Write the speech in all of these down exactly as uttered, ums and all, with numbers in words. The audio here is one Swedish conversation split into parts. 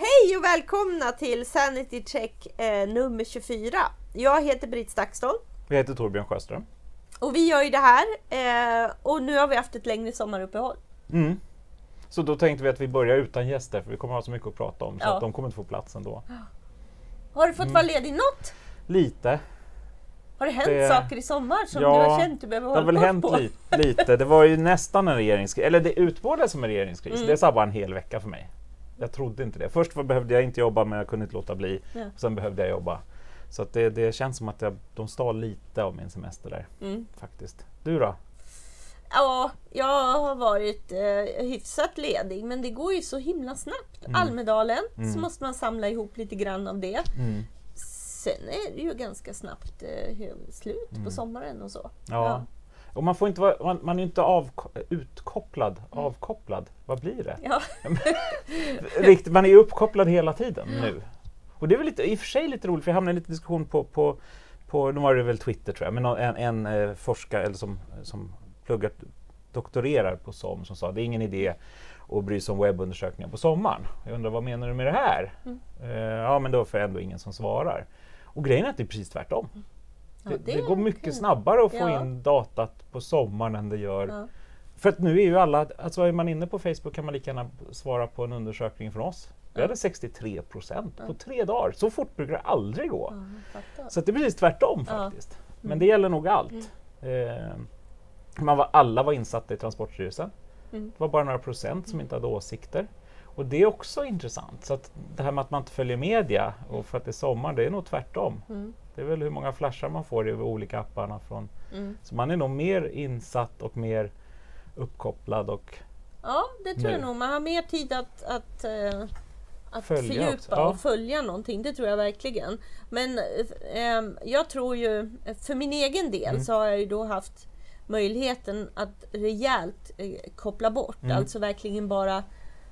Hej och välkomna till Sanity Check eh, nummer tjugofyra. Jag heter Britt Stakston. Jag heter Torbjörn Sjöström. Och vi gör ju det här eh, och nu har vi haft ett längre sommaruppehåll. Mm. Så då tänkte vi att vi börjar utan gäster för vi kommer ha så mycket att prata om så Ja. att de kommer inte få plats ändå. Har du fått Mm. vara ledig något? Lite. Har det hänt Det- saker i sommar som Ja, du har känt du behöver Det har hålla väl koll hänt på? li- lite. Det var ju nästan en regeringskris. Eller det utmålades som en regeringskris. Mm. Det sa bara en hel vecka för mig. Jag trodde inte det. Först var, behövde jag inte jobba men jag kunde inte låta bli. Ja. Sen behövde jag jobba. Så att det, det känns som att jag, de stal lite av min semester där. Mm. Faktiskt. Du då? Ja, jag har varit eh, hyfsat ledig men det går ju så himla snabbt. Mm. Almedalen, Mm. så måste man samla ihop lite grann av det. Mm. Sen är det ju ganska snabbt eh, slut Mm. på sommaren och så. Ja. Och man får inte vara, man, man är ju inte avko- utkopplad, avkopplad. Vad blir det? Ja. Riktigt, man är ju uppkopplad hela tiden nu. Och det är väl lite, i och för sig lite roligt, för jag hamnade i lite diskussion på, på, på nu var det väl Twitter tror jag, men en, en eh, forskare eller som, som pluggar, doktorerar på S O M som sa det är ingen idé att bry sig om webbundersökningar på sommaren. Jag undrar, vad menar du med det här? Mm. Eh, ja, men då får ändå ingen som svarar. Och grejen är att det är precis tvärtom. Ja, det, det det går är mycket kul. snabbare att få Ja. in datat på sommaren än det gör. Ja. För att nu är ju alla, alltså är man inne på Facebook kan man lika gärna svara på en undersökning från oss. Vi Ja. hade sextiotre procent Ja. på tre dagar. Så fort brukar det aldrig gå. Ja, jag fattar. Så att det är precis tvärtom Ja. faktiskt. Men det gäller nog allt. Eh, man var, alla var insatta i Transportstyrelsen. Mm. Det var bara några procent som inte hade åsikter. Och det är också intressant. Så att det här med att man inte följer media och för att det är sommar, det är nog tvärtom. Mm. Det är väl hur många flashar man får i olika apparna från. Mm. Så man är nog mer insatt och mer uppkopplad och Ja, det tror Nu. jag nog. Man har mer tid att, att, eh, att Följa fördjupa också, ja. och följa någonting. Det tror jag verkligen. Men eh, jag tror ju, för min egen del Mm. så har jag ju då haft möjligheten att rejält eh, koppla bort. Mm. Alltså verkligen bara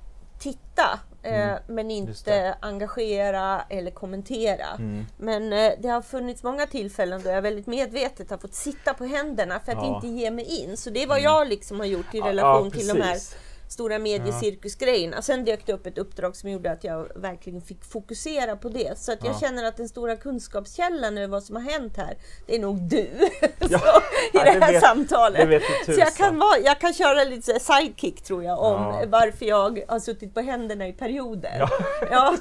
titta. Eh, Mm. Men Just inte det. engagera eller kommentera. Mm. Men eh, det har funnits många tillfällen då jag väldigt medvetet har fått sitta på händerna för att Ja. inte ge mig in. Så det är vad Mm. jag liksom har gjort i Ja, relation ja, till de här precis. stora mediecirkusgrejerna. Sen dök det upp ett uppdrag som gjorde att jag verkligen fick fokusera på det. Så att jag Ja. känner att den stora kunskapskällan över vad som har hänt här, det är nog du Ja. så, i Ja, det det här vet- samtalet. det vet du så jag tusan. kan, vara, jag kan köra lite så här sidekick tror jag om Ja. varför jag har suttit på händerna i perioder. Ja. Ja.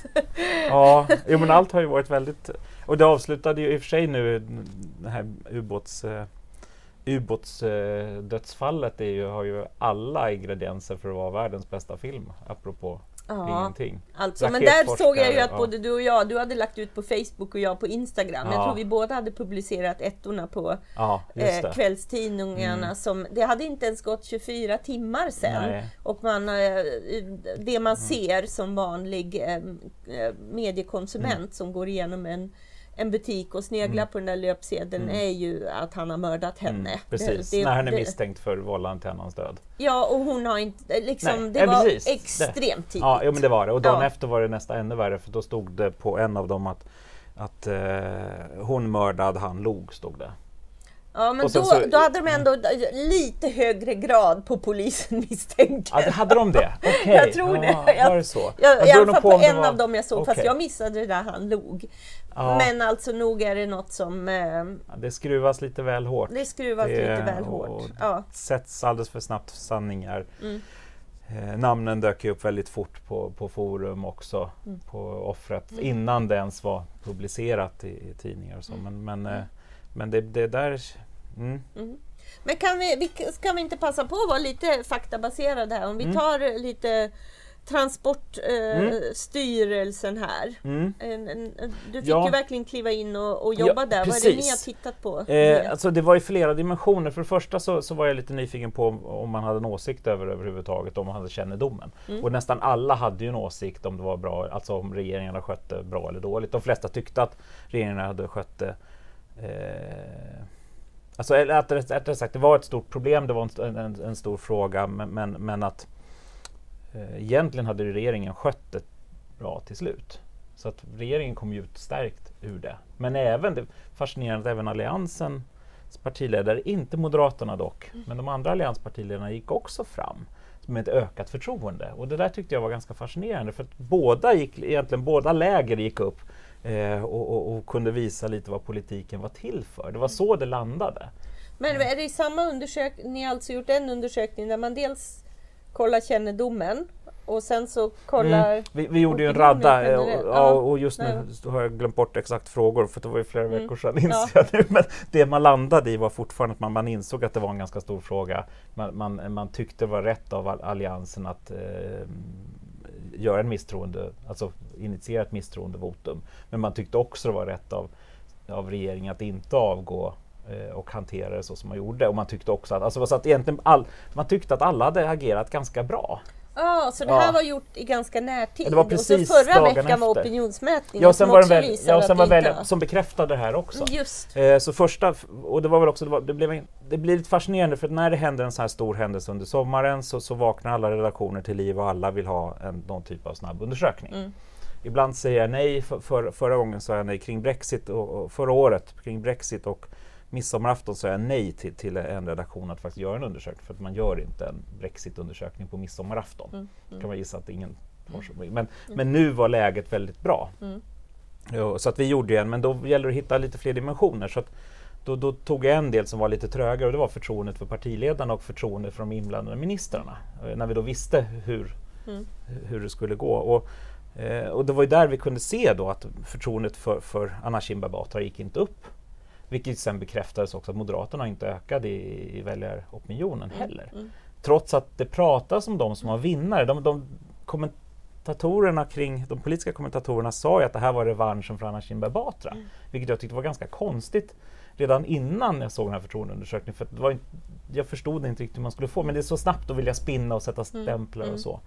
Ja, jo, men allt har ju varit väldigt... Och det avslutade ju i och för sig nu, det här ubåts... Eh, ubåtsdödsfallet är ju, har ju alla ingredienser för att vara världens bästa film, apropå Ja. ingenting. Alltså, men där såg jag ju att ja. både du och jag, du hade lagt ut på Facebook och jag på Instagram. Jag Ja. tror vi båda hade publicerat ettorna på Ja, just eh, det. kvällstidningarna. Mm. Som, det hade inte ens gått tjugofyra timmar sen. Nej. Och man, eh, det man ser som vanlig eh, eh, mediekonsument Mm. som går igenom en, en butik och sneglar Mm. på den där löpsedeln Mm. är ju att han har mördat henne. Mm, precis, Det- det- när han är det- misstänkt för vållande till annans död. Ja, och hon har inte, liksom, Nej, det ja, var precis. extremt tidigt. Ja, jo, men det var det. Och dagen Ja. efter var det nästan ännu värre för då stod det på en av dem att, att eh, hon mördad, han log, stod det. Ja, men Och sen då, så- då hade de ändå lite högre grad på polisen misstänker. Ja, det hade de det? Okej. Jag tror det. Ja, Jag- var det så? Jag, Jag I beror alla nog fall på på om det en var- av dem jag såg, fast Okej. jag missade det där han log. Ja. Men alltså nog är det något som eh, Ja, det skruvas lite väl hårt. det skruvas Det- lite väl och- hårt. Ja. Sätts alldeles för snabbt sanningar. Mm. Eh, namnen dök ju upp väldigt fort på, på forum också, Mm. på offret, Mm. innan det ens var publicerat i, i tidningar och så. Men, men, eh, men det, det där... Mm. Mm. Men kan vi, vi, ska vi inte passa på att vara lite faktabaserade här? Om vi Mm. tar lite Transportstyrelsen eh, Mm. här. Mm. En, en, en, du fick Ja. ju verkligen kliva in och, och jobba Ja, där. Vad är det ni precis. har tittat på? Eh, alltså det var i flera dimensioner. För det första så, så var jag lite nyfiken på om, om man hade en åsikt över överhuvudtaget, om man hade kännedomen. Mm. Och nästan alla hade ju en åsikt om det var bra, alltså om regeringen hade skött det bra eller dåligt. De flesta tyckte att regeringen hade skött det eh, alltså eller att, rättare sagt, det var ett stort problem, det var en, en, en stor fråga, men, men, men att eh, egentligen hade ju regeringen skött det bra till slut. Så att regeringen kom ju ut stärkt ur det. Men även, det fascinerande att även Alliansens partiledare, inte Moderaterna dock, mm. men de andra allianspartiledarna gick också fram. med ett ökat förtroende. Och det där tyckte jag var ganska fascinerande, för att båda gick, egentligen båda läger gick upp eh, och, och, och kunde visa lite vad politiken var till för. Det var så det landade. Men är det i samma undersökning, ni har alltså gjort en undersökning där man dels kollar kännedomen och sen så kollar... Mm. Vi, vi gjorde ju en radda och, ja, och just nu Nej. har jag glömt bort exakt frågor, för det var ju flera mm. veckor sedan inser jag nu. Men det man landade i var fortfarande att man, man insåg att det var en ganska stor fråga. Man, man, man tyckte det var rätt av alliansen att eh, göra en misstroende, alltså initiera ett misstroendevotum. Men man tyckte också det var rätt av, av regeringen att inte avgå och hantera det så som man gjorde. Och man tyckte också att, alltså, så att egentligen all, man tyckte att alla hade agerat ganska bra. Ja, ah, så det här ja. var gjort i ganska närtid. Det var precis och så förra veckan efter. var opinionsmätningen ja, sen som var också väl, visade ja, sen att var inte... väl, som bekräftade det här också. Just. Eh, så första, och det var väl också, det, var, det, blev, det blir lite fascinerande, för när det händer en så här stor händelse under sommaren så, så vaknar alla redaktioner till liv och alla vill ha en, någon typ av snabb undersökning. Mm. Ibland säger jag nej, för, för, förra gången sa jag nej kring Brexit och, och förra året kring Brexit och midsommarafton sa jag nej till, till en redaktion att faktiskt göra en undersökning, för att man gör inte en Brexit-undersökning på midsommarafton. Mm, mm. kan man gissa att ingen mm. men, mm. men nu var läget väldigt bra. Mm. Ja, så att vi gjorde en, men då gäller det att hitta lite fler dimensioner. Så att då, då tog jag en del som var lite trögare, och det var förtroendet för partiledarna och förtroendet för de inblandade ministrarna. När vi då visste hur, mm. hur det skulle gå. Och, eh, och det var ju där vi kunde se då att förtroendet för, för Anna Kinberg Batra gick inte upp. Vilket sen bekräftades också att Moderaterna inte ökade i, i väljaropinionen heller. Mm, mm. Trots att det pratas om de som var vinnare. De, de kommentatorerna kring, de politiska kommentatorerna sa ju att det här var revanschen för Anna Kinberg Batra. Mm. Vilket jag tyckte var ganska konstigt redan innan jag såg den här förtroendeundersökningen. För det var inte, jag förstod inte riktigt hur man skulle få, men det är så snabbt att vilja spinna och sätta stämplar mm, och så.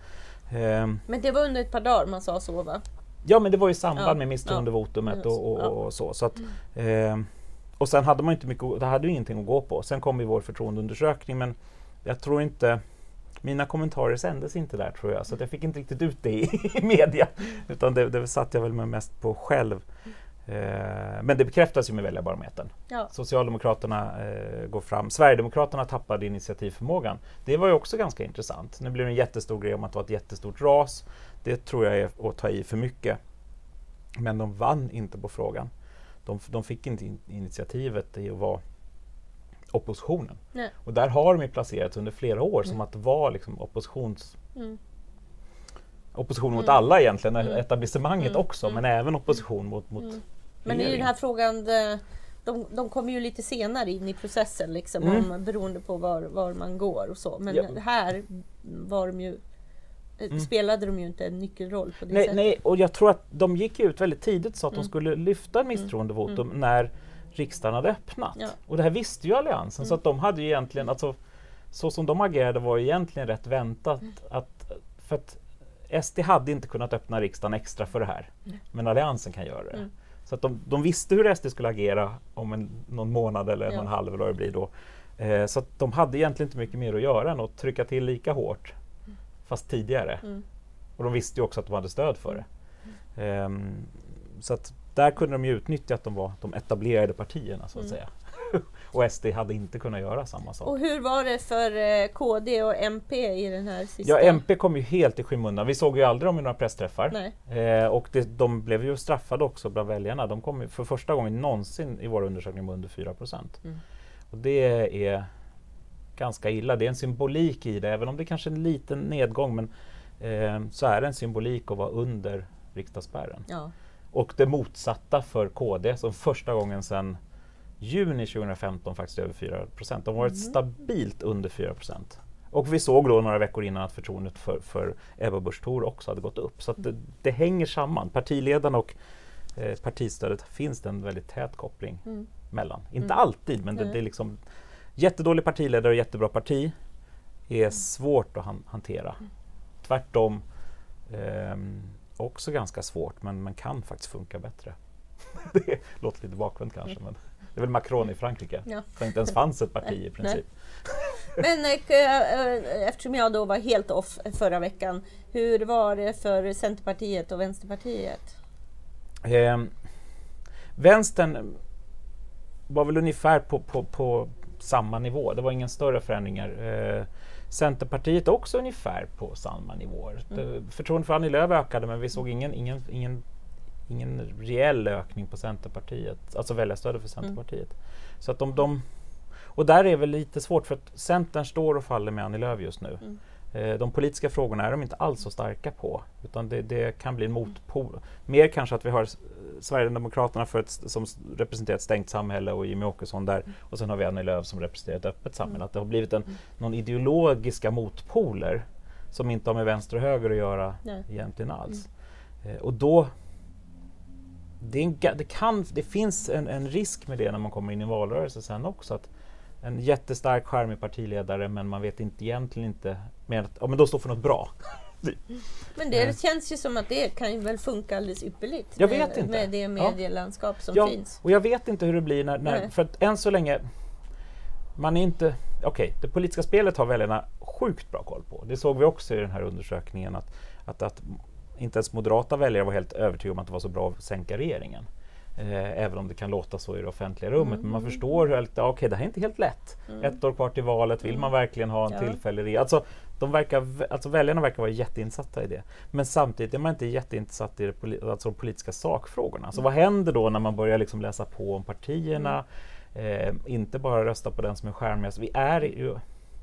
Um, men det var under ett par dagar man sa så, va? Ja, men det var ju i samband ja, med misstroendevotumet ja, och, och, och så. så att, mm. um, Och sen hade man inte mycket, det hade ju ingenting att gå på. Sen kom ju vår förtroendeundersökning, men jag tror inte, mina kommentarer sändes inte där tror jag, så att jag fick inte riktigt ut det i, i media, utan det, det satt jag väl med mest på själv. Eh, men det bekräftas ju med väljarbarometern. Ja. Socialdemokraterna eh, går fram, Sverigedemokraterna tappade initiativförmågan. Det var ju också ganska intressant. Nu blir det en jättestor grej om att det var ett jättestort ras. Det tror jag är att ta i för mycket. Men de vann inte på frågan. De, de fick inte in, initiativet i att vara oppositionen. Nej. Och där har de ju placerats under flera år mm. som att det var liksom oppositions... Mm. Opposition mot mm. alla egentligen, mm. etablissemanget mm. också, mm. men även opposition mot, mot mm. Men det är ju den här frågan, de, de kommer ju lite senare in i processen liksom, mm. om, beroende på var, var man går och så. Men ja. här var de ju Mm. spelade de ju inte en nyckelroll på det nej, sättet. Nej, och jag tror att de gick ut väldigt tidigt så att mm. de skulle lyfta en misstroendevotum mm. när riksdagen hade öppnat. Ja. Och det här visste ju alliansen, mm. så att de hade ju egentligen, alltså, så som de agerade var ju egentligen rätt väntat. Mm. Att, för att S D hade inte kunnat öppna riksdagen extra för det här, mm. men alliansen kan göra det. Mm. Så att de, de visste hur S D skulle agera om en, någon månad eller ja. en halv eller vad det blir då. Eh, så att de hade egentligen inte mycket mer att göra än att trycka till lika hårt. Fast tidigare. Mm. Och de visste ju också att de hade stöd för det. Mm. Um, så att där kunde de ju utnyttja att de var de etablerade partierna så att mm. säga. Och S D hade inte kunnat göra samma sak. Och hur var det för eh, K D och M P i den här sista? Ja, M P kom ju helt i skymundan. Vi såg ju aldrig dem i några pressträffar. Eh, och det, de blev ju straffade också bland väljarna. De kom ju för första gången någonsin i våra undersökningar under fyra procent. Mm. Och det är ganska illa. Det är en symbolik i det, även om det kanske är en liten nedgång, men eh, så är det en symbolik att vara under riksdagsspärren. Ja. Och det motsatta för K D, som första gången sedan juni tjugohundrafemton faktiskt över fyra procent. De har varit mm. stabilt under fyra procent. Och vi såg då några veckor innan att förtroendet för, för Ebba Busch Thor också hade gått upp. Så att det, det hänger samman. Partiledarna och eh, partistödet finns det en väldigt tät koppling mm. mellan. Inte mm. alltid, men det, det är liksom jättedålig partiledare och jättebra parti är mm. svårt att han, hantera. Mm. Tvärtom eh, också ganska svårt, men man kan faktiskt funka bättre. Det låter lite bakvänt kanske, mm. men det är väl Macron i Frankrike. Ja. Det inte ens fanns ett parti i princip. Men äh, eftersom jag då var helt off förra veckan, hur var det för Centerpartiet och Vänsterpartiet? Eh, Vänstern var väl ungefär på, på, på samma nivå. Det var ingen större förändringar. Eh, Centerpartiet också ungefär på samma nivåer. Mm. Förtroendet för Annie Lööf ökade, men vi såg ingen, ingen, ingen, ingen reell ökning på Centerpartiet, alltså väljarstödet för Centerpartiet. Mm. Så att de, de, och där är väl lite svårt, för att Centern står och faller med Annie Lööf just nu. Mm. De politiska frågorna är de inte alls så starka på, utan det, det kan bli en motpol. Mer kanske att vi har Sverigedemokraterna för ett, som representerar ett stängt samhälle och Jimmie Åkesson där, mm. och sen har vi Annie Lööf som representerar ett öppet samhälle. Mm. Att det har blivit en, någon ideologiska motpoler som inte har med vänster och höger att göra Nej. egentligen alls. Mm. Eh, och då det, är en, det, kan, det finns en, en risk med det när man kommer in i valrörelse sen också, att en jättestark charmig partiledare, men man vet inte egentligen inte med att ja, men då står för något bra. Men det känns ju som att det kan ju väl funka alldeles ypperligt jag vet med, inte. med det medielandskap ja. som ja, finns. Och jag vet inte hur det blir när, när för att än så länge man är inte, okej, okay, det politiska spelet har väljarna sjukt bra koll på. Det såg vi också i den här undersökningen att, att, att inte ens moderata väljare var helt övertygade om att det var så bra att sänka regeringen. Eh, även om det kan låta så i det offentliga rummet. Mm. Men man förstår hur okej, okay, det här är inte helt lätt. Mm. Ett år kvar till valet, vill man verkligen ha en ja. tillfällig regering? Alltså, de verkar, alltså väljarna verkar vara jätteinsatta i det. Men samtidigt är man inte jätteinsatt i det poli- alltså de politiska sakfrågorna. Mm. Så vad händer då när man börjar liksom läsa på om partierna? Mm. Eh, inte bara rösta på den som är skärmigast. Vi är ju,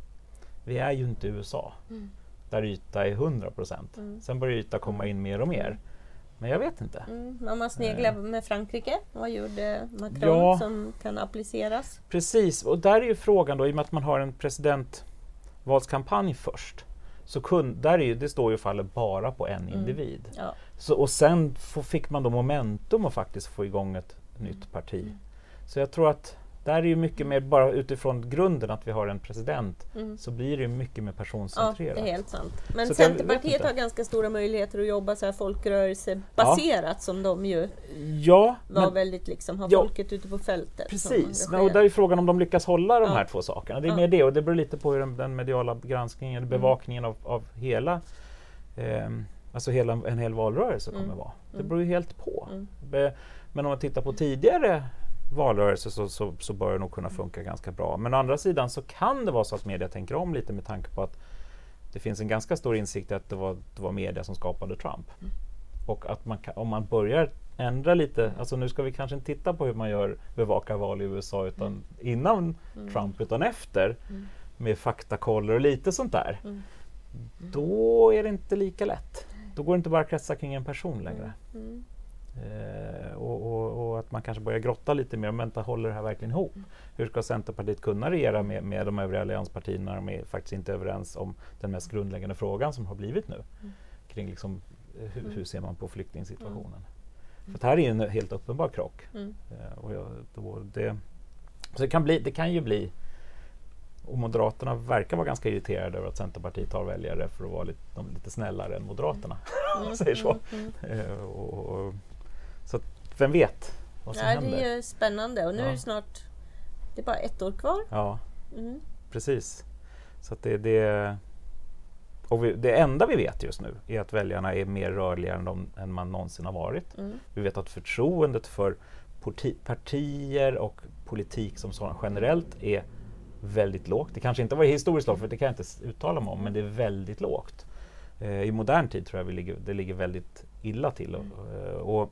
vi är ju inte U S A. Mm. Där yta är hundra procent. Mm. Sen börjar yta komma in mer och mer. Men jag vet inte. Mm, om man sneglar med Frankrike, vad gjorde Macron ja, som kan appliceras? Precis, och där är ju frågan då, i och med att man har en presidentvalskampanj först, så kun, där är ju, det står ju fallet bara på en mm. individ. Ja. Så, och sen f- fick man då momentum att faktiskt få igång ett mm. nytt parti. Mm. Så jag tror att där är ju mycket mer, bara utifrån grunden att vi har en president, mm. så blir det ju mycket mer personcentrerat. Ja, det är helt sant. Men så Centerpartiet har ganska stora möjligheter att jobba så här folkrörelsebaserat ja. som de ju ja, var men, väldigt liksom, har ja, folket ute på fältet. Precis, men, och där är frågan om de lyckas hålla de ja. här två sakerna. Det är ja. mer det, och det beror lite på hur den, den mediala granskningen, mm. bevakningen av, av hela eh, alltså hela, en hel valrörelse kommer mm. vara. Det beror ju helt på. Mm. Be, men om man tittar på tidigare valrörelse så, så, så bör det nog kunna funka ganska bra. Men å andra sidan så kan det vara så att media tänker om lite med tanke på att det finns en ganska stor insikt att det var, det var media som skapade Trump. Mm. Och att man kan, om man börjar ändra lite, alltså nu ska vi kanske inte titta på hur man gör bevakar val i U S A utan mm. innan mm. Trump utan efter mm. med faktakoller och lite sånt där. Mm. Då är det inte lika lätt. Då går det inte bara att kretsa kring en person längre. Mm. Eh, och, och, och att man kanske börjar grotta lite mer, men inte håller det här verkligen ihop. Mm. Hur ska Centerpartiet kunna regera med, med de övriga allianspartierna när de är faktiskt inte överens om den mest grundläggande frågan som har blivit nu? Mm. Kring liksom, hur, mm. hur ser man på flyktingsituationen? Mm. För det här är ju en helt uppenbar krock. Mm. Eh, och jag, då, det, så det kan, bli, det kan ju bli, och Moderaterna verkar vara ganska irriterade över att Centerpartiet har väljare för att vara lite, de, lite snällare än Moderaterna. Mm. säger så. Mm. Eh, och, och, så att, vem vet vad som ja, händer? Det är ju spännande och nu ja. är det snart, det är bara ett år kvar. Ja, mm. precis. Så att det, det, och vi, det enda vi vet just nu är att väljarna är mer rörliga än, de, än man någonsin har varit. Mm. Vi vet att förtroendet för parti, partier och politik som sådan generellt är väldigt lågt. Det kanske inte var historiskt lågt, för det kan jag inte uttala mig om, men det är väldigt lågt. Eh, I modern tid tror jag vi ligger, det ligger väldigt illa till. Och, och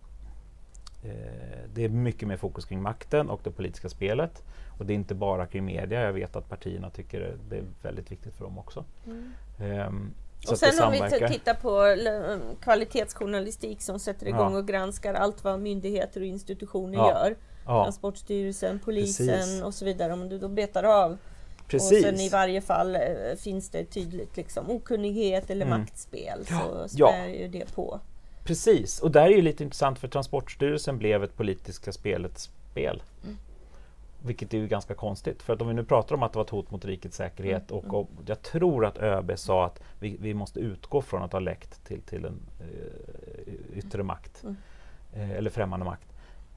eh, det är mycket mer fokus kring makten och det politiska spelet. Och det är inte bara kring media. Jag vet att partierna tycker det, det är väldigt viktigt för dem också. Mm. Um, så och sen om vi t- tittar på l- kvalitetsjournalistik som sätter igång ja. och granskar allt vad myndigheter och institutioner ja. gör. Ja. Transportstyrelsen, polisen Precis. och så vidare. Om du då betar av. Precis. Och sen i varje fall eh, finns det tydligt liksom, okunnighet eller mm. maktspel, så spär ja. ju det på. Precis, och där är ju lite intressant, för Transportstyrelsen blev ett politiska spelets spel. Mm. Vilket är ju ganska konstigt, för att om vi nu pratar om att det var ett hot mot rikets säkerhet mm. och, och jag tror att ÖB sa att vi, vi måste utgå från att ha läckt till, till en eh, yttre makt mm. eh, eller främmande makt.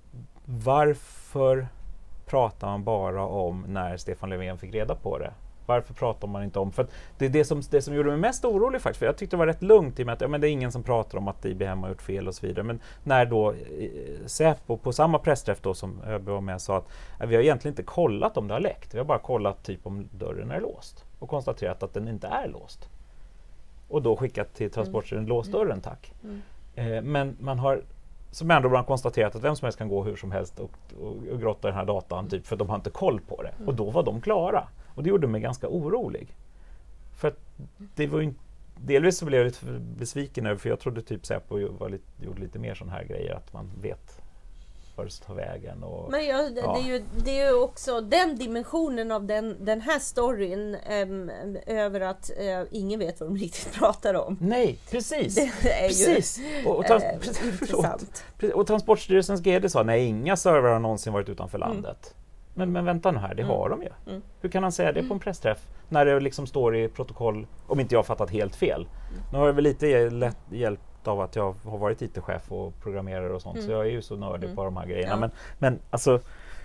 Varför pratar man bara om när Stefan Löfven fick reda på det? Varför pratar man inte om... För det är det som, det som gjorde mig mest orolig faktiskt. För jag tyckte det var rätt lugnt i och med att ja, men det är ingen som pratar om att I B M har gjort fel och så vidare. Men när då eh, Säpo på samma pressträff då som ÖB var med sa att eh, vi har egentligen inte kollat om det har läckt. Vi har bara kollat typ om dörren är låst. och konstaterat att den inte är låst. Och då skickat till Transportstyrelsen, mm. lås dörren tack. Mm. Eh, men man har som ändå bland konstaterat att vem som helst kan gå hur som helst och, och, och grotta den här datan typ, för de har inte koll på det. Mm. Och då var de klara. Och det gjorde mig ganska orolig. För att det var ju, delvis så blev jag lite besviken över, för jag trodde typ Säpo var lite, gjorde lite mer sån här grejer, att man vet var det ska ta vägen. Och, men ja, det, ja. Det, är ju, det är ju också den dimensionen av den, den här storyn äm, över att äh, ingen vet vad de riktigt pratar om. Nej, precis. Det är precis. ju och, och, trans- äh, precis, intressant. Precis. Och Transportstyrelsens G D sa nej, inga servrar har någonsin varit utanför landet. Mm. Men, men vänta nu här, det mm. har de ju. Mm. Hur kan han säga det på en pressträff när det liksom står i protokoll, om inte jag har fattat helt fel. Mm. Nu har jag väl lite lätt hjälpt av att jag har varit I T-chef och programmerare och sånt, mm. så jag är ju så nördig mm. på de här grejerna. Ja. Men, men alltså,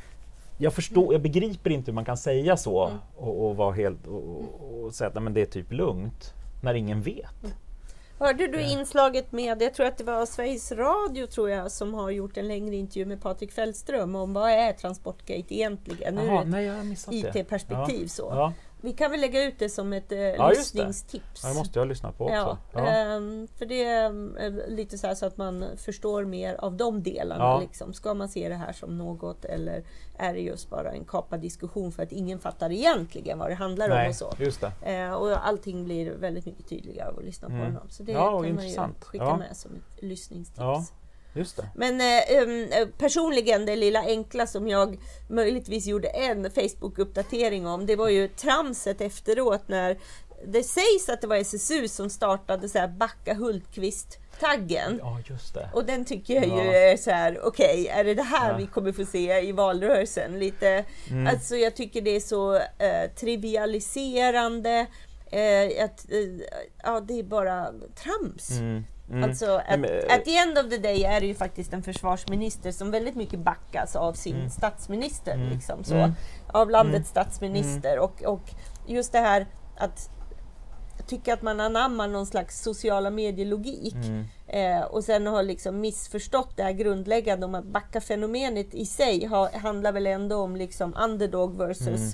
jag förstår, jag begriper inte hur man kan säga så mm. och, och vara helt och, och, och säga att nej, men det är typ lugnt när ingen vet. Mm. Hörde du inslaget med, jag tror att det var Sveriges Radio tror jag, som har gjort en längre intervju med Patrik Fällström om vad är Transportgate egentligen? Aha, ur nej, jag har missat I T-perspektiv ja. så. Ja. Vi kan väl lägga ut det som ett eh, ja, lyssningstips. Ja, det måste jag lyssna på också. Ja, ja. Um, för det är um, lite så här så att man förstår mer av de delarna. Ja. Liksom. Ska man se det här som något eller är det just bara en kapad diskussion för att ingen fattar egentligen vad det handlar Nej, om och så. Just det. Uh, och allting blir väldigt mycket tydligare av att lyssna på mm. honom. Så det ja, kan intressant. man ju skicka ja. med som ett lyssningstips. Ja. Just det. Men eh, personligen, det lilla enkla som jag möjligtvis gjorde en Facebook-uppdatering om, det var ju tramset efteråt när det sägs att det var S S U som startade så här Backa Hultqvist-taggen. Ja, just det. Och den tycker jag ja. ju är så här, okej, okay, är det det här ja. vi kommer få se i valrörelsen? Lite, mm. alltså jag tycker det är så eh, trivialiserande, eh, att, eh, ja det är bara trams. Mm. Mm. Alltså, at, at the end of the day är det ju faktiskt en försvarsminister som väldigt mycket backas av sin mm. statsminister, mm. liksom så, mm. av landets mm. statsminister. Och, och just det här att tycka att man anammar någon slags sociala medielogik mm. eh, och sen har liksom missförstått det här grundläggande om att backa-fenomenet i sig ha, handlar väl ändå om liksom underdog versus mm.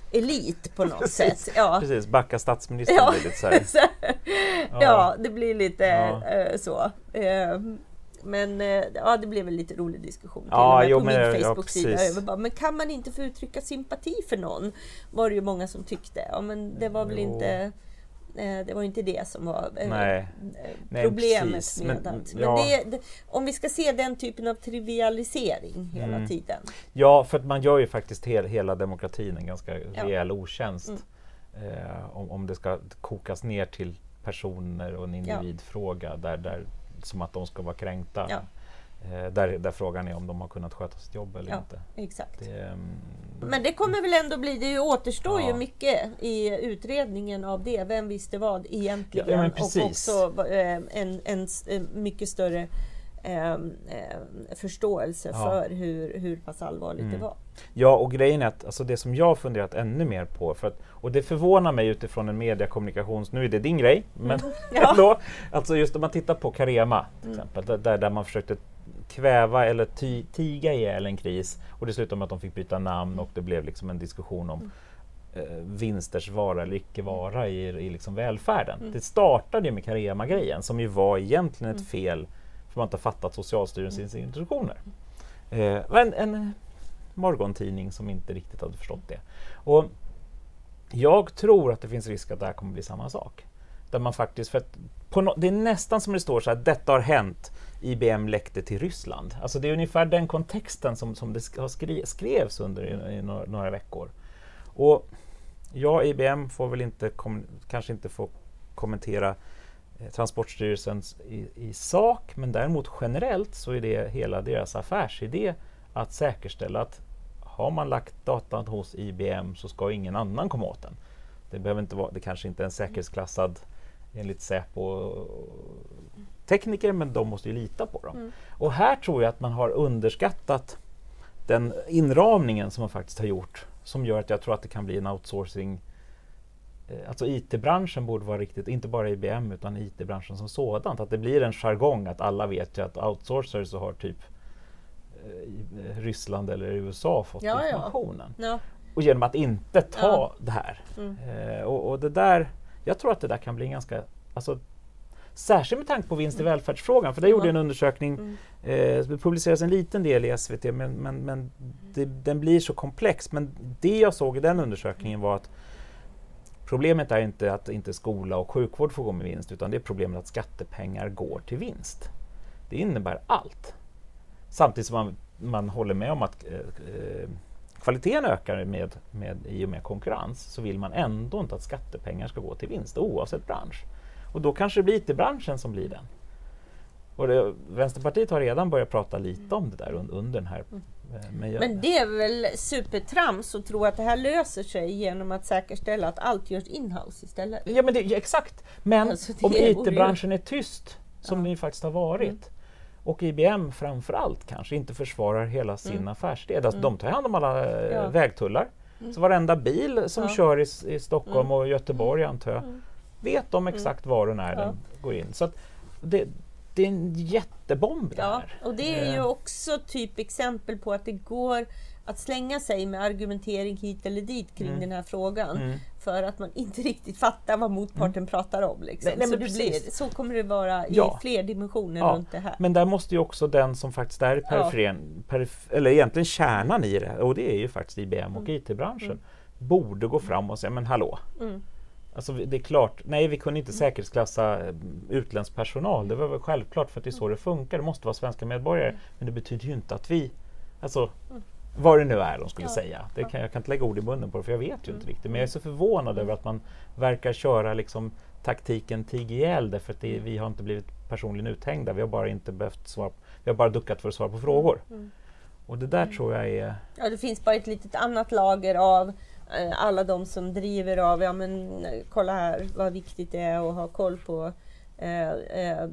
elit på något precis, sätt. Ja. Precis, backa statsministern ja. blir lite så här. ja. ja, det blir lite ja. uh, så. Uh, men uh, ja, det blev en lite rolig diskussion ja, till jo, på men, min Facebook-sida. Ja, jag bara, men kan man inte få uttrycka sympati för någon? Var det ju många som tyckte. Ja, men det var väl jo. inte... Det var inte det som var Nej. problemet Nej, med men, att. Men ja. det, det, om vi ska se den typen av trivialisering hela mm. tiden. Ja, för att man gör ju faktiskt he- hela demokratin en ganska ja. rejäl otjänst. Mm. Eh, om, om det ska kokas ner till personer och en individfråga ja. där, där, som att de ska vara kränkta. Ja. Eh, där, där frågan är om de har kunnat sköta sitt jobb eller ja, inte. Exakt. Det, um, Men det kommer väl ändå bli, det återstår ja. ju mycket i utredningen av det. Vem visste vad egentligen? Ja, och också eh, en, en, en mycket större eh, eh, förståelse ja. för hur, hur pass allvarligt mm. det var. Ja, och grejen är att alltså det som jag har funderat ännu mer på, för att, och det förvånar mig utifrån en mediekommunikations, nu är det din grej, men mm. ja. ändå, alltså just om man tittar på Carema till mm. exempel, där, där man försökte kväva eller ty, tiga ihjäl en kris och det slutade med att de fick byta namn mm. och det blev liksom en diskussion om mm. eh, vinsters vara eller icke vara i, i liksom välfärden. Mm. Det startade ju med Carema-grejen som ju var egentligen ett mm. fel för man inte fattat Socialstyrelsens mm. instruktioner. Eh, en, en morgontidning som inte riktigt hade förstått det. Och jag tror att det finns risk att det här kommer bli samma sak. Där man faktiskt, för att på no, det är nästan som det står så att detta har hänt, I B M läckte till Ryssland. Alltså det är ungefär den kontexten som, som det har skri, skrevs under i, i några, några veckor. Och ja, I B M får väl inte, kom, kanske inte få kommentera eh, Transportstyrelsens i, i sak, men däremot generellt så är det hela deras affärsidé att säkerställa att har man lagt datan hos I B M så ska ingen annan komma åt den. Det behöver inte vara, det kanske inte är en säkerhetsklassad enligt Säpo tekniker, men de måste ju lita på dem. Mm. Och här tror jag att man har underskattat den inramningen som man faktiskt har gjort, som gör att jag tror att det kan bli en outsourcing. Alltså I T-branschen borde vara riktigt, inte bara I B M utan I T-branschen som sådant, att det blir en jargong att alla vet ju att outsourcers har typ i Ryssland eller U S A fått ja, informationen. Ja. Ja. och genom att inte ta ja. det här. Mm. Eh, och, och det där, jag tror att det där kan bli ganska, alltså, särskilt med tanke på vinst i mm. välfärdsfrågan, för det gjorde en undersökning, mm. eh, det publiceras en liten del i S V T, men, men, men det, den blir så komplex. Men det jag såg i den undersökningen var att problemet är inte att inte skola och sjukvård får gå med vinst, utan det är problemet att skattepengar går till vinst. Det innebär allt. Samtidigt som man, man håller med om att eh, kvaliteten ökar med, med, i och med konkurrens, så vill man ändå inte att skattepengar ska gå till vinst oavsett bransch. Och då kanske det blir I T-branschen som blir den. Och det, Vänsterpartiet har redan börjat prata lite om det där under, under den här. Men, Men det är väl supertrams att tro att det här löser sig genom att säkerställa att allt görs in-house istället. Ja, men det, ja, exakt. Men alltså, om I T-branschen är tyst, som ja. det faktiskt har varit, mm. och I B M framförallt kanske inte försvarar hela sin mm. affärsled. Alltså, mm. De tar hand om alla ja. vägtullar. Mm. Så varenda bil som ja. kör i, i Stockholm mm. och Göteborg, antar jag, mm. vet de exakt var den är ja. den går in. Så att det, det är en jättebomb det ja, här. Och det är ju också typ exempel på att det går att slänga sig med argumentering hit eller dit kring mm. den här frågan. Mm. För att man inte riktigt fattar vad motparten mm. pratar om. Liksom. Nej, nej, så, det blir, så kommer det vara i ja. fler dimensioner ja. runt det här. Men där måste ju också den som faktiskt är i periferin, ja. perif- eller egentligen kärnan i det, och det är ju faktiskt I B M och mm. I T-branschen, mm. borde gå fram och säga, men hallå. Mm. Alltså det är klart, nej vi kunde inte säkerhetsklassa utländsk personal. Det var väl självklart för att det är så det funkar. Det måste vara svenska medborgare. Mm. Men det betyder ju inte att vi, alltså mm. vad det nu är de skulle ja. säga. Det kan, jag kan inte lägga ord i munnen på det, för jag vet ju mm. inte riktigt. Men jag är så förvånad mm. över att man verkar köra liksom taktiken tig ihjäl, därför att det, vi har inte blivit personligen uthängda. Vi har bara inte behövt svara, vi har bara duckat för att svara på frågor. Mm. Och det där mm. tror jag är... Ja, det finns bara ett litet annat lager av alla de som driver av, ja men kolla här vad viktigt det är att ha koll på eh, eh,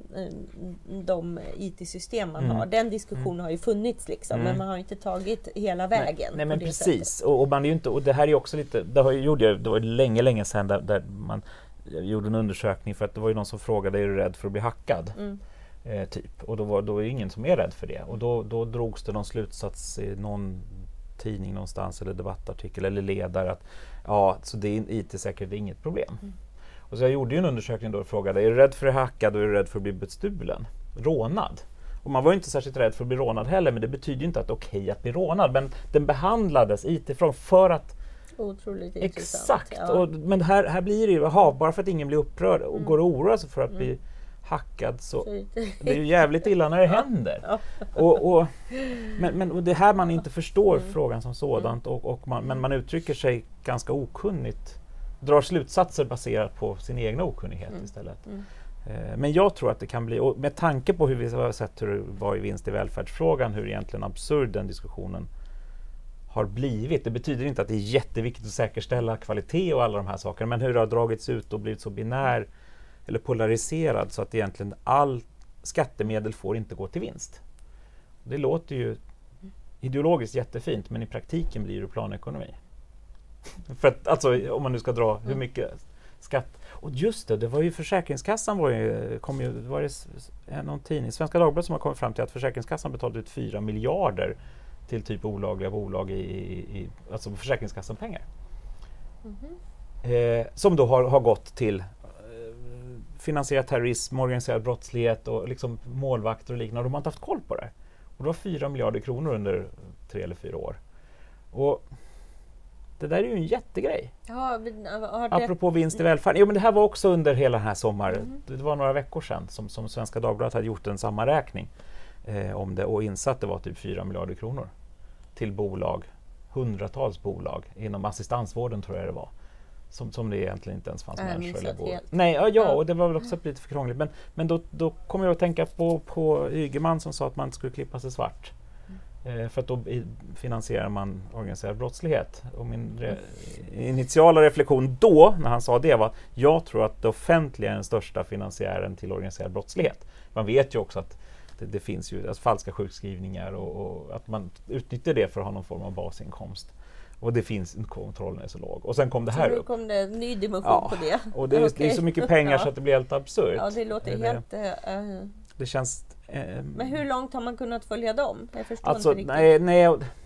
de I T-system man mm. har. Den diskussionen mm. har ju funnits liksom, mm. men man har inte tagit hela vägen. Nej, nej men precis, och, och, man är ju inte, och det här är ju också lite, det har, gjorde jag, det var länge, länge sedan där, där man gjorde en undersökning, för att det var ju någon som frågade, är du rädd för att bli hackad? Mm. Eh, typ. Och då var då är ingen som är rädd för det. Och då, då drogs det någon slutsats i någon tidning någonstans eller debattartikel eller ledare att ja, så det är I T-säkerhet är inget problem. Mm. Och så jag gjorde ju en undersökning då och frågade, är du rädd för att bli hackad och är du rädd för att bli bestulen? Rånad. Och man var ju inte särskilt rädd för att bli rånad heller, men det betyder ju inte att det är okej att bli rånad. Men den behandlades I T-frågan för att otroligt exakt. Ja. Och, men här, här blir det ju, aha, bara för att ingen blir upprörd och mm. går och oroar sig för att mm. bli hackad, så det är ju jävligt illa när det händer. Ja. Och, och, men, men och det här man inte förstår mm. frågan som sådant, och, och man, men man uttrycker sig ganska okunnigt, drar slutsatser baserat på sin egna okunnighet mm. istället. Mm. Eh, men jag tror att det kan bli, och med tanke på hur vi har sett hur det var i vinst i välfärdsfrågan, hur egentligen absurd den diskussionen har blivit. Det betyder inte att det är jätteviktigt att säkerställa kvalitet och alla de här sakerna, men hur det har dragits ut och blivit så binär eller polariserad så att egentligen all skattemedel får inte gå till vinst. Det låter ju ideologiskt jättefint, men i praktiken blir det planekonomi. För att, alltså, om man nu ska dra hur mycket skatt. Och just det, det var ju Försäkringskassan var ju, kom ju, var det någon tidning, Svenska Dagbladet, som har kommit fram till att Försäkringskassan betalade ut fyra miljarder till typ olagliga bolag i, i alltså Försäkringskassan pengar. Mm-hmm. Eh, som då har, har gått till finansiera terrorism, organiserad brottslighet och liksom målvakter och liknande. De har inte haft koll på det. Och det var fyra miljarder kronor under tre eller fyra år. Och det där är ju en jättegrej. Ja, har det... Apropå vinst i välfärden. Jo, men det här var också under hela den här sommaren. Mm. Det var några veckor sedan som, som Svenska Dagbladet hade gjort en sammanräkning eh, om det, och insatt det var typ fyra miljarder kronor till bolag, hundratals bolag inom assistansvården, tror jag det var. Som, som det egentligen inte ens fanns äh, människor eller bo. Nej, ja, ja, och det var väl också lite för krångligt. Men, men då, då kommer jag att tänka på, på Ygeman som sa att man skulle klippa sig svart. Mm. Eh, för att då i, finansierar man organiserad brottslighet. Och min re, initiala reflektion då, när han sa det, var att jag tror att det offentliga är den största finansiären till organiserad brottslighet. Man vet ju också att det, det finns ju alltså, falska sjukskrivningar och, och att man utnyttjar det för att ha någon form av basinkomst. Och det finns, kontrollen är så låg. Och sen kom det här så upp. kom det en ny dimension ja, på det. Och det är, okay. det är så mycket pengar så att det blir helt absurt. Ja, det låter det, helt... Uh, det känns... Uh, men hur långt har man kunnat följa dem? Jag förstår alltså, inte riktigt. Nej, nej,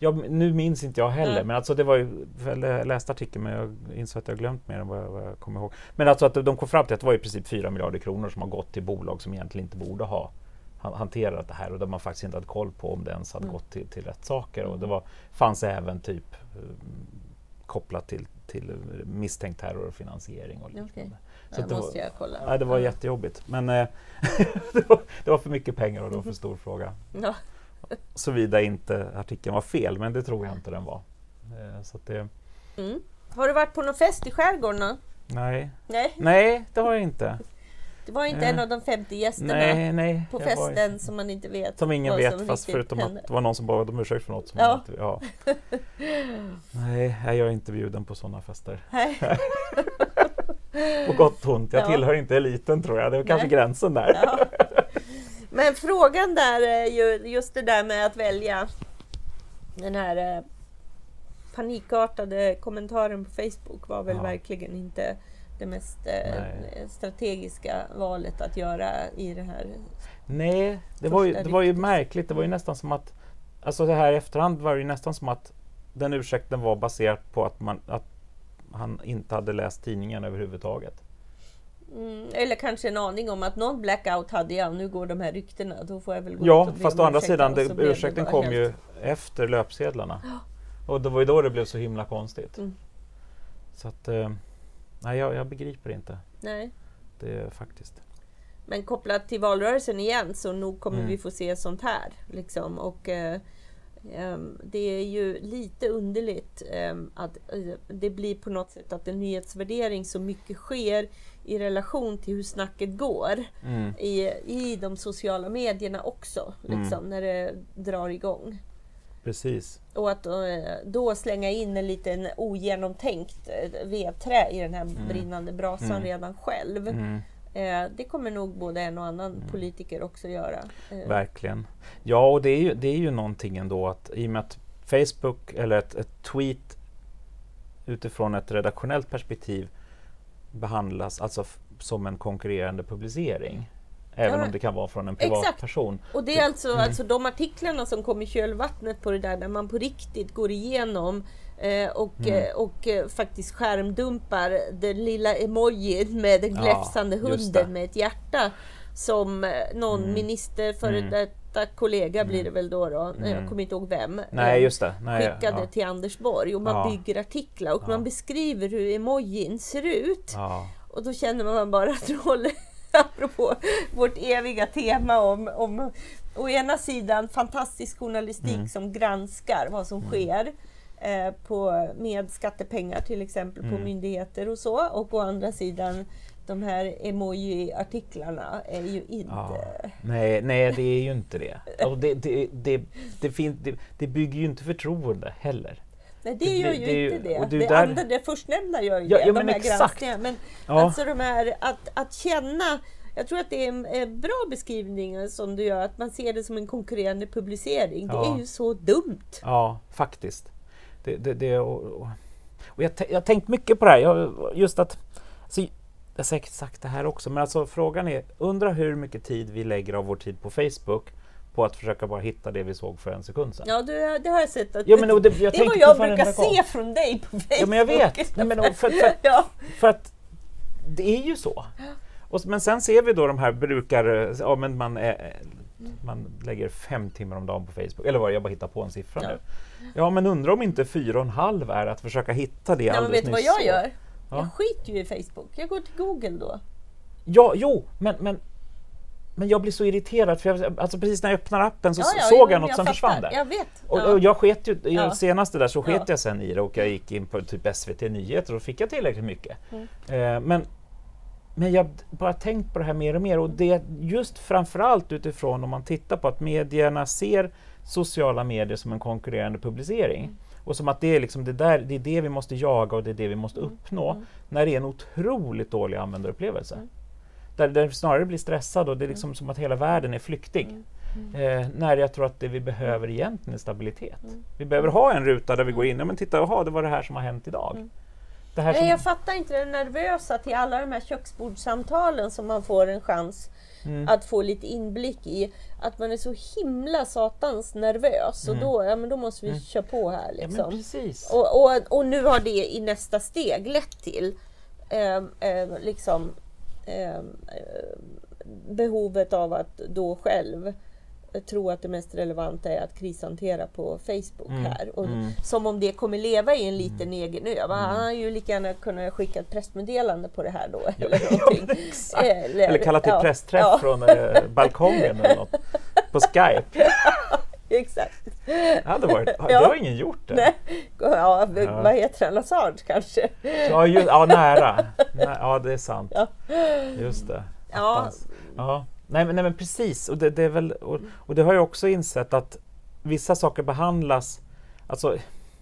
Jag, nu minns inte jag heller, Nej. men alltså det var ju, jag läste artikeln men jag insåg att jag glömt mer än vad jag, vad jag kommer ihåg. Men alltså att de kom fram till att det var i princip fyra miljarder kronor som har gått till bolag som egentligen inte borde ha hanterat det här och där man faktiskt inte hade koll på om det ens hade mm. gått till, till rätt saker. Och det var, fanns även typ um, kopplat till, till misstänkt terrorfinansiering och liknande. Okay. Så det måste var, jag kolla. Nej, det var mm. jättejobbigt. Men eh, det, var, det var för mycket pengar och det var för stor fråga. Ja. Såvida inte artikeln var fel, men det tror jag inte den var. Eh, så att det... mm. Har du varit på någon fest i skärgården? Nej. Nej. Nej, det har jag inte. Det var inte eh. en av de femtio gästerna nej, nej, på festen var... som man inte vet. Som ingen vet, som fast förutom hände. Att det var någon som bad om ursäkt för något. Som ja. Inte, ja. Nej, jag är inte bjuden på sådana fester. På gott och ont. Jag ja. tillhör inte eliten tror jag. Det är kanske gränsen där. Ja. Men frågan där är ju just det där med att välja den här eh, panikartade kommentaren på Facebook var väl ja. verkligen inte det mest eh, strategiska valet att göra i det här. Nej, det var ju, det var ju märkligt. Det var ju nästan som att, alltså det här i efterhand var det ju nästan som att den ursäkten var baserad på att, man, att han inte hade läst tidningen överhuvudtaget. Mm, eller kanske en aning om att någon blackout hade jag, nu går de här ryktena, då får jag väl gå ja, ut och fast å andra sidan, det, ursäkten det kom helt... ju efter löpsedlarna. Och det var ju då det blev så himla konstigt. Mm. Så att, eh, nej jag, jag begriper inte. Nej. Det är faktiskt. Men kopplat till valrörelsen igen så nog kommer mm. vi få se sånt här. Liksom. Och eh, Um, det är ju lite underligt um, att uh, det blir på något sätt att en nyhetsvärdering så mycket sker i relation till hur snacket går mm. i, i de sociala medierna också, liksom, mm. när det drar igång. Precis. Och att uh, då slänga in en liten ogenomtänkt uh, vedträ i den här mm. brinnande brasan mm. redan själv. Mm. Eh, det kommer nog både en och annan mm. politiker också göra. Eh. Verkligen. Ja, och det är ju, det är ju någonting ändå att i och med att Facebook eller ett, ett tweet utifrån ett redaktionellt perspektiv behandlas alltså f- som en konkurrerande publicering. Även ja, om det kan vara från en privatperson. Och det är alltså, mm. alltså de artiklarna som kom i kölvattnet på det där, där man på riktigt går igenom eh, och, mm. eh, och eh, faktiskt skärmdumpar den lilla emojin med den gläfsande ja, hunden med ett hjärta som eh, någon mm. minister för mm. detta kollega blir det väl då, då mm. jag kommer inte ihåg vem, Nej, just det. Nej, skickade ja. till Anders Borg och man ja. bygger artiklar och ja. man beskriver hur emojin ser ut. Ja. Och då känner man bara att roller apropå vårt eviga tema om, om å ena sidan fantastisk journalistik mm. som granskar vad som mm. sker eh, på, med skattepengar till exempel mm. på myndigheter och så, och å andra sidan de här emoji-artiklarna är ju inte... Ja. Nej, nej, det är ju inte det. Alltså det, det, det, det, fin- det, det bygger ju inte förtroende heller. Nej, det gör ju det, inte det. det. det, det, där... andra, det förstnämnda gör ju ja, det, ja, de men här granskningarna. Men ja. alltså de här, att, att känna, jag tror att det är en, en bra beskrivning som du gör, att man ser det som en konkurrerande publicering. Ja. Det är ju så dumt. Ja, faktiskt. Det, det, det, och och, och jag har tänkt mycket på det här. Jag, just att, alltså, jag har säkert sagt det här också, men alltså frågan är, undra hur mycket tid vi lägger av vår tid på Facebook på att försöka bara hitta det vi såg för en sekund sedan. Ja, det, det har jag sett. Att ja, men, och det jag det är vad jag brukar se från dig på Facebook. Ja, men jag vet. Nej, men, för, för, för, ja. för att det är ju så. Och, men sen ser vi då de här brukare, ja, men man, är, man lägger fem timmar om dagen på Facebook. Eller vad, jag bara hittar på en siffra ja. nu. Ja, men undrar om inte fyra och en halv är att försöka hitta det ja, alldeles men vet du vad jag så. gör? Ja. Jag skiter ju i Facebook. Jag går till Google då. Ja, jo, men... men Men jag blir så irriterad för jag, alltså precis när jag öppnar appen så ja, ja, jo, såg jag något jag som fattar. försvann där. Jag vet. Och, ja. och jag sket ju, ja. senaste där så sket ja. jag sen i det och jag gick in på typ S V T Nyheter och fick jag tillräckligt mycket. Mm. Eh, men, men jag bara tänkt på det här mer och mer och det just framförallt utifrån om man tittar på att medierna ser sociala medier som en konkurrerande publicering. Mm. Och som att det är, liksom det, där, det är det vi måste jaga och det är det vi måste uppnå mm. när det är en otroligt dålig användarupplevelse. Mm. Där det snarare blir stressad och det är liksom mm. som att hela världen är flyktig. Mm. Mm. Eh, när jag tror att det vi behöver egentligen är stabilitet. Mm. Vi behöver ha en ruta där vi går in och men titta, aha, det var det här som har hänt idag. Mm. det här Nej, som... jag fattar inte det nervösa till alla de här köksbordssamtalen som man får en chans mm. att få lite inblick i. Att man är så himla satans nervös. Mm. Och då, ja, men då måste vi mm. köra på här. Liksom. Ja, men precis. Och, och, och nu har det i nästa steg lett till eh, eh, liksom, eh, behovet av att då själv tro att det mest relevanta är att krishantera på Facebook mm. här. Och mm. som om det kommer leva i en liten mm. egen ö. Mm. Han har ju lika gärna kunnat skicka ett pressmeddelande på det här då. Ja, eller, någonting. Ja, eller, eller kalla till ja, pressträff ja. från eh, balkongen eller något. På Skype. Ja, exakt. Det hade varit, ja. det har ingen gjort det. Nej. Ja, ja. Vad heter han? Assange kanske? Ja, just, ja nära. Nej, ja, det är sant. Ja. Just det. Ja. Hans, ja. Nej men, nej men precis, och det, det är väl, och, och det har jag också insett att vissa saker behandlas, alltså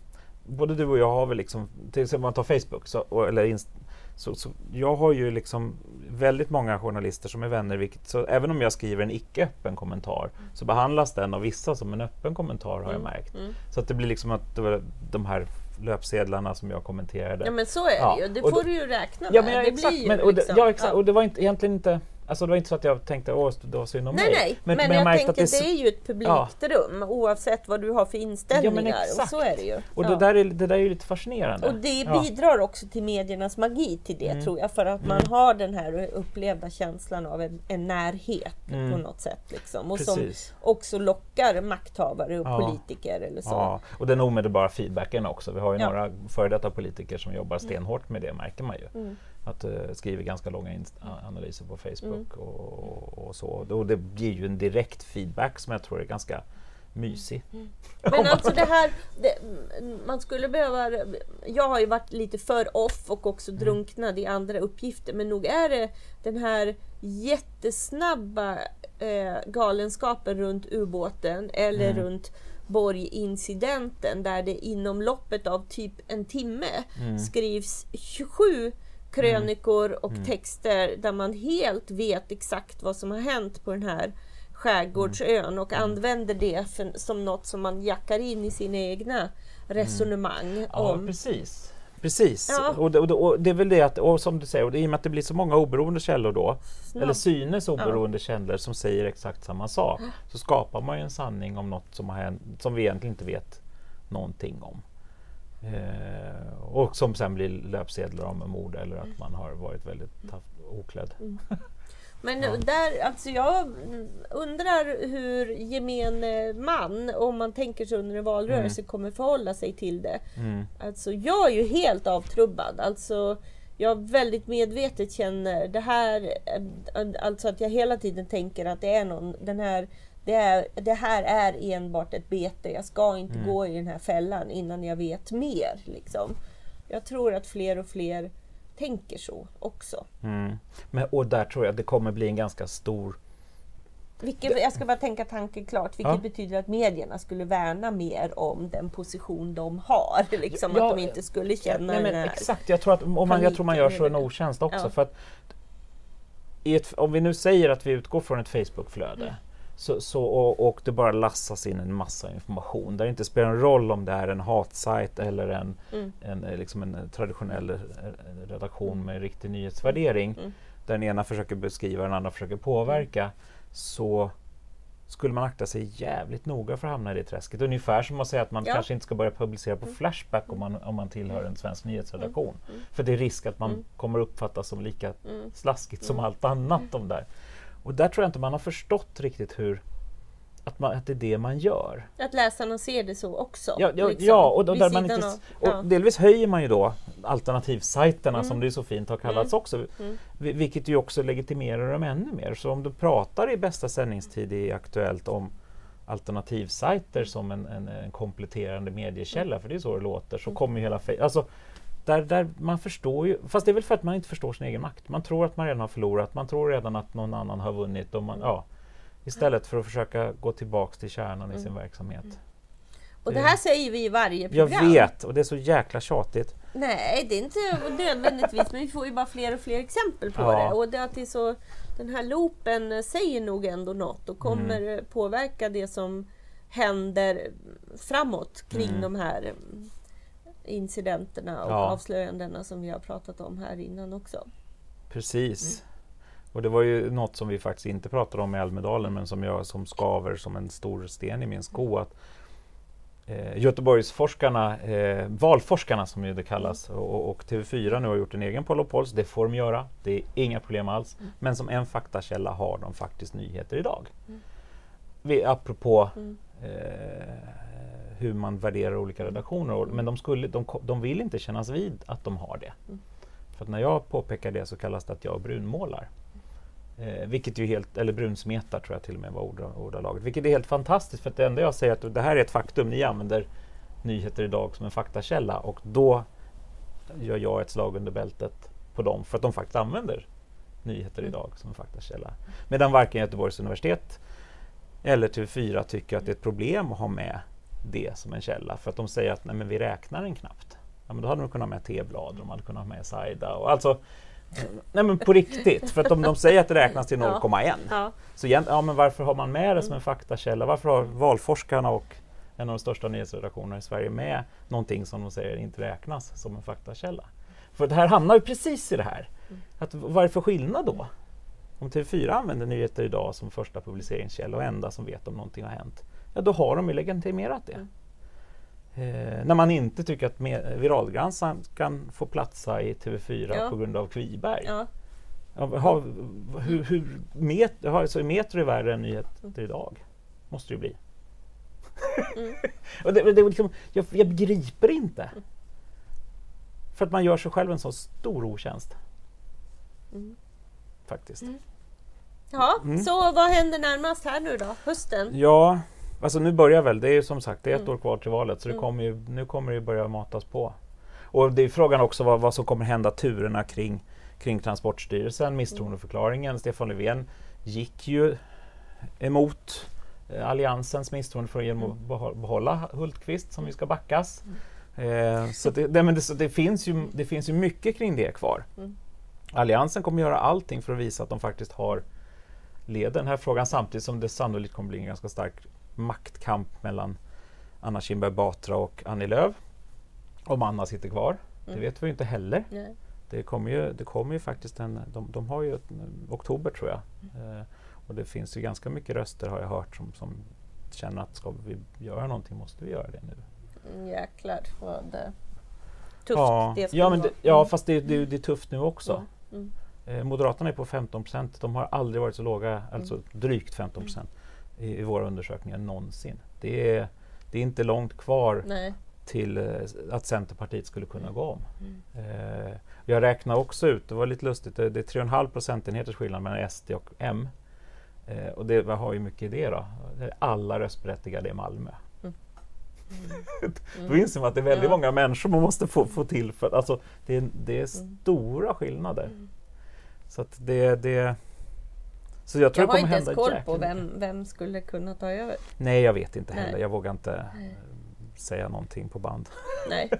både du och jag har väl liksom, till exempel om man tar Facebook så, och, eller inst, så, så jag har ju liksom väldigt många journalister som är vänner, vilket, så även om jag skriver en icke-öppen kommentar så behandlas den av vissa som en öppen kommentar har jag märkt. Mm. Så att det blir liksom att det, de här löpsedlarna som jag kommenterade. Ja men så är det ja. ju, det får då, du ju räkna med. Ja, men jag, det exakt, blir ju men, och det, liksom, ja, exakt, ja. och det var inte, egentligen inte Alltså det var inte så att jag tänkte, åh, det var synd om nej, mig. Nej, men, men, men jag, jag tänker att det, det är ju ett publikt ja. rum oavsett vad du har för inställningar. Ja, och så är det ju. Och ja. det, där är, det där är ju lite fascinerande. Och det bidrar ja. också till mediernas magi till det mm. tror jag. För att mm. man har den här upplevda känslan av en, en närhet mm. på något sätt. Liksom. Och Precis. som också lockar makthavare och ja. politiker eller så. Ja. Och den omedelbara feedbacken också. Vi har ju ja. några före detta politiker som jobbar stenhårt med det, märker man ju. Mm. Att uh, skriver ganska långa inst- analyser på Facebook mm. och, och så. Och det ger ju en direkt feedback som jag tror är ganska mysig. Mm. Men alltså det här, det, man skulle behöva, jag har ju varit lite för off och också mm. drunknad i andra uppgifter, men nog är det den här jättesnabba eh, galenskapen runt ubåten eller mm. runt Borg-incidenten där det inom loppet av typ en timme mm. skrivs tjugosju krönikor och mm. texter där man helt vet exakt vad som har hänt på den här skärgårdsön och mm. använder det för, som något som man jackar in i sina egna resonemang mm. om. Ja, precis. Precis. Ja. Och, det, och, det, och det är väl det att, och som du säger, och det, i och med att det blir så många oberoende källor då, Snabb. eller synes oberoende ja. källor som säger exakt samma sak, så skapar man ju en sanning om något som har hänt, som vi egentligen inte vet någonting om. Eh, och som sen blir löpsedlar om en mord eller att man har varit väldigt taff- oklädd. Mm. Men ja. där, alltså jag undrar hur gemene man, om man tänker sig under en valrörelse, mm. kommer förhålla sig till det. Mm. Alltså jag är ju helt avtrubbad. Alltså jag väldigt medvetet känner det här, alltså att jag hela tiden tänker att det är någon, den här Det, är, det här är enbart ett bete. Jag ska inte mm. gå i den här fällan innan jag vet mer. Liksom. Jag tror att fler och fler tänker så också. Mm. Men, och där tror jag att det kommer bli en ganska stor... Vilket, jag ska bara tänka tanken klart. Vilket ja. betyder att medierna skulle värna mer om den position de har. Liksom, ja, att de inte skulle känna nej, men den här exakt, jag tror, att, om man, jag tror man gör så en otjänst också. Ja. För att i ett, om vi nu säger att vi utgår från ett Facebook-flöde. Mm. Så, så, och, och det bara lassas in en massa information där det inte spelar en roll om det är en hatsajt eller en, mm. en, liksom en traditionell redaktion med riktig nyhetsvärdering mm. där den ena försöker beskriva den andra försöker påverka, mm. så skulle man akta sig jävligt noga för att hamna i det träsket. Ungefär som att säga att man ja. kanske inte ska börja publicera på Flashback mm. om, man, om man tillhör en svensk nyhetsredaktion. Mm. För det är risk att man mm. kommer uppfattas som lika mm. slaskigt som allt annat om där. Och där tror jag inte man har förstått riktigt hur att, man, att det är det man gör. Att läsarna ser det så också. Ja, ja, liksom, ja och, då, där man inte, av, och ja. delvis höjer man ju då alternativsajterna mm. som det så fint har kallats mm. också. Mm. Vilket ju också legitimerar dem ännu mer. Så om du pratar i bästa sändningstid i Aktuellt om alternativsajter som en, en, en kompletterande mediekälla, mm. för det är så det låter, så mm. kommer ju hela... Alltså, Där, där man förstår ju, fast det är väl för att man inte förstår sin egen makt. Man tror att man redan har förlorat, man tror redan att någon annan har vunnit. Och man, ja, istället för att försöka gå tillbaks till kärnan i sin verksamhet. Mm. Och det här säger vi i varje program. Jag vet, och det är så jäkla tjatigt. Nej, det är inte nödvändigtvis, men vi får ju bara fler och fler exempel på ja. det. Och det att det är så, den här loopen säger nog ändå något och kommer mm. påverka det som händer framåt kring mm. de här... incidenterna och ja. avslöjandena som vi har pratat om här innan också. Precis. Mm. Och det var ju något som vi faktiskt inte pratade om i Almedalen, men som jag som skaver som en stor sten i min sko, att eh, Göteborgsforskarna, eh, valforskarna som ju det kallas, mm. och, och T V fyra nu har gjort en egen Poll och Polls, det får de göra, det är inga problem alls, mm. men som en faktakälla har de faktiskt nyheter idag. Mm. Vi, apropå mm. eh, hur man värderar olika redaktioner, och, men de, skulle, de, de vill inte kännas vid att de har det. Mm. För att när jag påpekar det så kallas det att jag brunmålar. Eh, vilket ju helt, eller brunsmetar tror jag till och med var ord, ordalaget. Vilket är helt fantastiskt, för att det enda jag säger att det här är ett faktum, ni använder nyheter idag som en faktakälla, och då gör jag ett slag under bältet på dem för att de faktiskt använder nyheter Mm. idag som en faktakälla. Medan varken Göteborgs universitet eller T V fyra tycker att det är ett problem att ha med det som en källa, för att de säger att nej, men vi räknar den knappt. Ja, men då hade de kunnat ha med T-blad, de hade kunnat ha med Saida och alltså, nej men på riktigt, för att om de säger att det räknas till noll komma ett, ja. så igen, ja, men varför har man med det som en faktakälla? Varför har valforskarna och en av de största nyhetsredaktionerna i Sverige med någonting som de säger inte räknas som en faktakälla? För det här hamnar ju precis i det här. Att, vad är det för skillnad då? Om T V fyra använder nyheter idag som första publiceringskälla och enda som vet om någonting har hänt, ja då har de ju legitimerat det. Mm. Eh, när man inte tycker att viralgranskaren kan få platsa i T V fyra ja. på grund av Kviberg. Ja. Ja, ha, hur, hur met, ha, så är Metro i världen en nyhet mm. idag? Måste det ju bli. Mm. och det, det, liksom, jag, jag begriper inte. Mm. För att man gör sig själv en så stor otjänst. Mm. Faktiskt. Mm. Ja, mm. så vad händer närmast här nu då? Hösten? Ja, alltså nu börjar väl, det är ju som sagt det är ett Mm. år kvar till valet, så Mm. det kommer ju, nu kommer det ju börja matas på. Och det är frågan också vad, vad som kommer hända turerna kring, kring Transportstyrelsen, misstroendeförklaringen. Mm. Stefan Löfven gick ju emot eh, alliansens misstroende genom att mm. behålla Hultqvist som vi ska backas. Mm. Eh, så det, det, men det, det, finns ju, det finns ju mycket kring det kvar. Mm. Alliansen kommer göra allting för att visa att de faktiskt har led den här frågan, samtidigt som det sannolikt kommer bli en ganska stark maktkamp mellan Anna Kinberg Batra och Annie Lööf. Om Anna sitter kvar. Mm. Det vet vi ju inte heller. Nej. Det kommer ju, det kommer ju faktiskt en, de, de har ju ett, oktober tror jag. Mm. Eh, och det finns ju ganska mycket röster har jag hört som, som känner att ska vi göra någonting måste vi göra det nu. Jäklar vad det tufft ja. det ja, men det, ja, mm. fast det, det, det är tufft nu också. Mm. Mm. Eh, Moderaterna är på femton procent. De har aldrig varit så låga, alltså mm. drygt femton procent mm. i, i våra undersökningar någonsin. Det är, det är inte långt kvar Nej. till eh, att Centerpartiet skulle kunna mm. gå om. Mm. Eh, jag räknar också ut, det var lite lustigt, det, det är tre komma fem procentenheters skillnad mellan S D och M. Eh, och det vad har ju mycket i det då. Alla röstberättigade i Malmö. Mm. Mm. Då inser man att det är väldigt ja. många människor man måste få, få till för alltså, det, är, det är stora skillnader. Mm. Så att det, det så jag tror jag det kommer har inte hända ens koll på vem, vem skulle kunna ta över. Nej, jag vet inte heller. Nej. Jag vågar inte nej. säga någonting på band. Nej.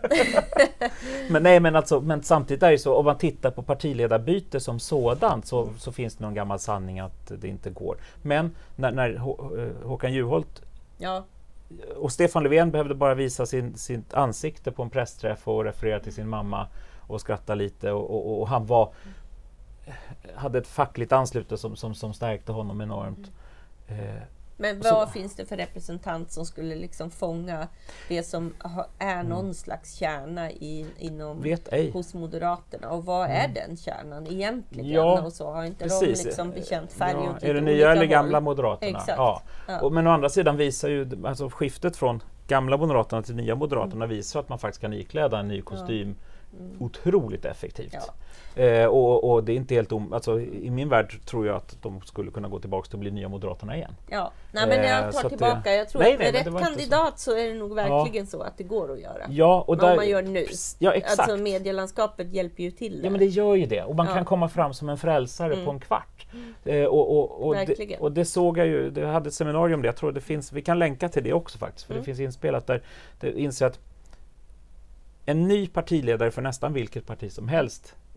men nej, men alltså, men samtidigt är det så, om man tittar på partiledarbyte som sådant så, mm. så finns det någon gammal sanning att det inte går. Men när, när H- Håkan Juholt ja. och Stefan Löfven behövde bara visa sin, sitt ansikte på en pressträff och referera till sin mamma och skratta lite och, och, och han var hade ett fackligt anslutande som, som, som stärkte honom enormt. Mm. Eh, Men vad så, finns det för representant som skulle liksom fånga det som är någon mm. slags kärna i, inom, hos Moderaterna? Och vad är mm. den kärnan egentligen? Ja, och så har inte precis. de liksom bekänt färg ja, åt är det nya eller gamla håll? Moderaterna? Exakt. Ja. Ja. Och, men å andra sidan visar ju alltså, skiftet från gamla Moderaterna till nya Moderaterna mm. visar att man faktiskt kan ikläda en ny kostym ja. mm. otroligt effektivt. Ja. Eh, och, och det är inte helt om, alltså, i min värld tror jag att de skulle kunna gå tillbaka till att bli nya Moderaterna igen. Ja, nej men jag tar eh, tillbaka. Det, jag tror nej, att med nej, rätt kandidat så. så är det nog verkligen ja. så att det går att göra. Ja, och vad där, man gör nu. Ja, exakt. Alltså medielandskapet hjälper ju till det. Ja, men det gör ju det. Och man ja. kan komma fram som en frälsare mm. på en kvart. Eh, och, och, och, det, och det såg jag ju, jag hade ett seminarium där, jag tror det finns, vi kan länka till det också faktiskt, för mm. det finns inspelat där, det inser att en ny partiledare för nästan vilket parti som helst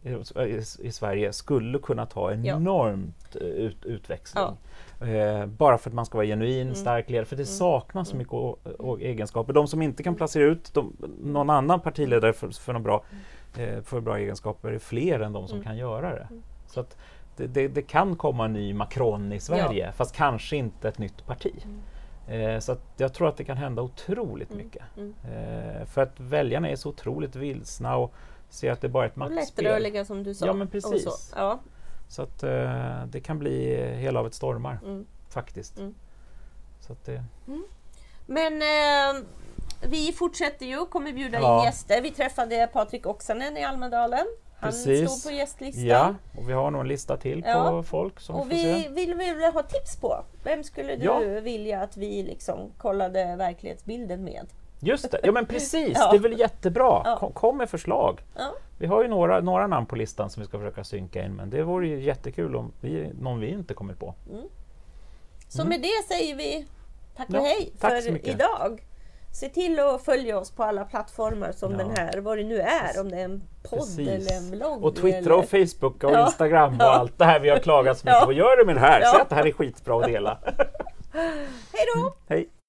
i, i Sverige skulle kunna ta enormt ja. ut, utväxling. Ja. Eh, bara för att man ska vara genuin, mm. stark ledare. För det mm. saknas så mycket å, å, egenskaper. De som inte kan placera ut de, någon annan partiledare för, för, någon bra, eh, för bra egenskaper är fler än de som mm. kan göra det. Mm. Så att det, det, det kan komma en ny Macron i Sverige, ja. fast kanske inte ett nytt parti. Mm. Eh, så att jag tror att det kan hända otroligt mm. mycket. Mm. Eh, för att väljarna är så otroligt vilsna och ser att det bara är ett maktspel. Och lättrörliga som du sa. Ja, men precis. Så. Ja. så att eh, det kan bli hela av ett stormar, mm. faktiskt. Mm. Så att det... Mm. Men eh, vi fortsätter ju och kommer bjuda ja. in gäster. Vi träffade Patrik Oksanen i Almedalen. Han Precis. stod på gästlistan. Ja, och vi har nog en lista till ja. på folk som och vi får vi se. vill vi ha tips på. Vem skulle du ja. vilja att vi liksom kollade verklighetsbilden med? Just det, ja men precis, ja. det är väl jättebra. Ja. Kom, kom med förslag. Ja. Vi har ju några, några namn på listan som vi ska försöka synka in, men det vore ju jättekul om vi, någon vi inte kommit på. Mm. Så mm. med det säger vi tack och ja, hej tack för idag. Se till att följa oss på alla plattformar som ja. den här, vad det nu är, om det är en podd Precis. eller en blogg. Och Twitter eller... och Facebook och ja. Instagram och ja. allt det här vi har klagat så mycket på. Ja. Vad gör du med det här? Ja. Så att det här är skitbra att dela. Hej då! Hej!